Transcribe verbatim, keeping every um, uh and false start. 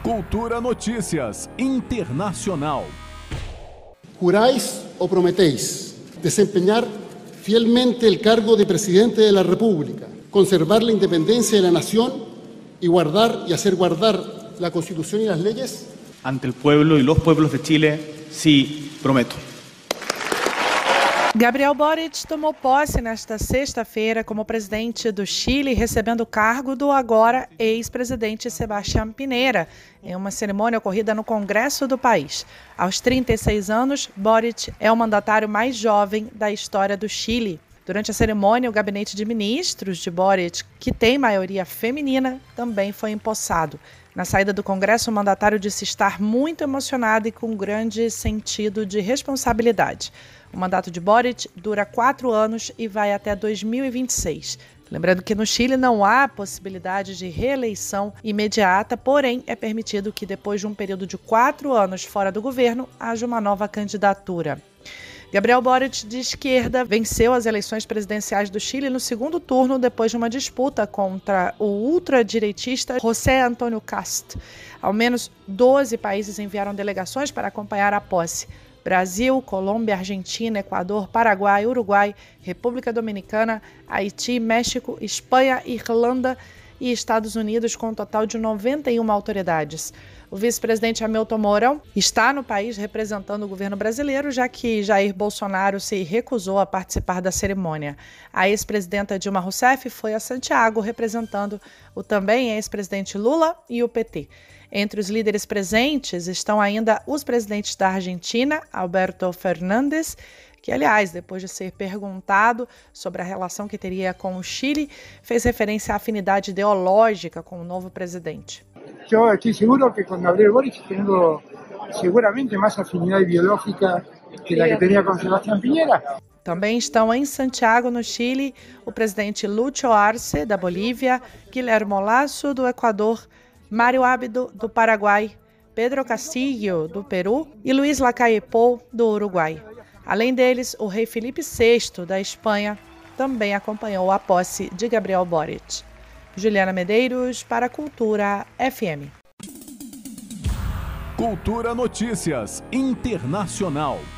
Cultura Notícias Internacional. Juráis o prometéis desempeñar fielmente el cargo de Presidente de la República, conservar la independencia de la nación y guardar y hacer guardar la Constitución y las leyes? Ante el pueblo y los pueblos de Chile, sí, prometo. Gabriel Boric tomou posse nesta sexta-feira como presidente do Chile, recebendo o cargo do agora ex-presidente Sebastián Piñera, em uma cerimônia ocorrida no Congresso do país. Aos trinta e seis anos, Boric é o mandatário mais jovem da história do Chile. Durante a cerimônia, o gabinete de ministros de Boric, que tem maioria feminina, também foi empossado. Na saída do Congresso, o mandatário disse estar muito emocionado e com grande sentido de responsabilidade. O mandato de Boric dura quatro anos e vai até dois mil e vinte e seis. Lembrando que no Chile não há possibilidade de reeleição imediata, porém é permitido que depois de um período de quatro anos fora do governo, haja uma nova candidatura. Gabriel Boric, de esquerda, venceu as eleições presidenciais do Chile no segundo turno depois de uma disputa contra o ultradireitista José Antônio Kast. Ao menos doze países enviaram delegações para acompanhar a posse. Brasil, Colômbia, Argentina, Equador, Paraguai, Uruguai, República Dominicana, Haiti, México, Espanha, Irlanda e Estados Unidos, com um total de noventa e uma autoridades. O vice-presidente Hamilton Mourão está no país representando o governo brasileiro, já que Jair Bolsonaro se recusou a participar da cerimônia. A ex-presidenta Dilma Rousseff foi a Santiago representando o também ex-presidente Lula e o P T. Entre os líderes presentes estão ainda os presidentes da Argentina, Alberto Fernández, que, aliás, depois de ser perguntado sobre a relação que teria com o Chile, fez referência à afinidade ideológica com o novo presidente. Eu estou seguro que com Gabriel Boric tenho seguramente mais afinidade ideológica que a que tinha com Sebastián Piñera. Também estão em Santiago, no Chile, o presidente Lucho Arce, da Bolívia, Guillermo Lasso, do Equador, Mário Abdo, do Paraguai, Pedro Castillo, do Peru e Luiz Lacalle Pou, do Uruguai. Além deles, o rei Felipe sexto, da Espanha, também acompanhou a posse de Gabriel Boric. Juliana Medeiros, para a Cultura F M. Cultura Notícias Internacional.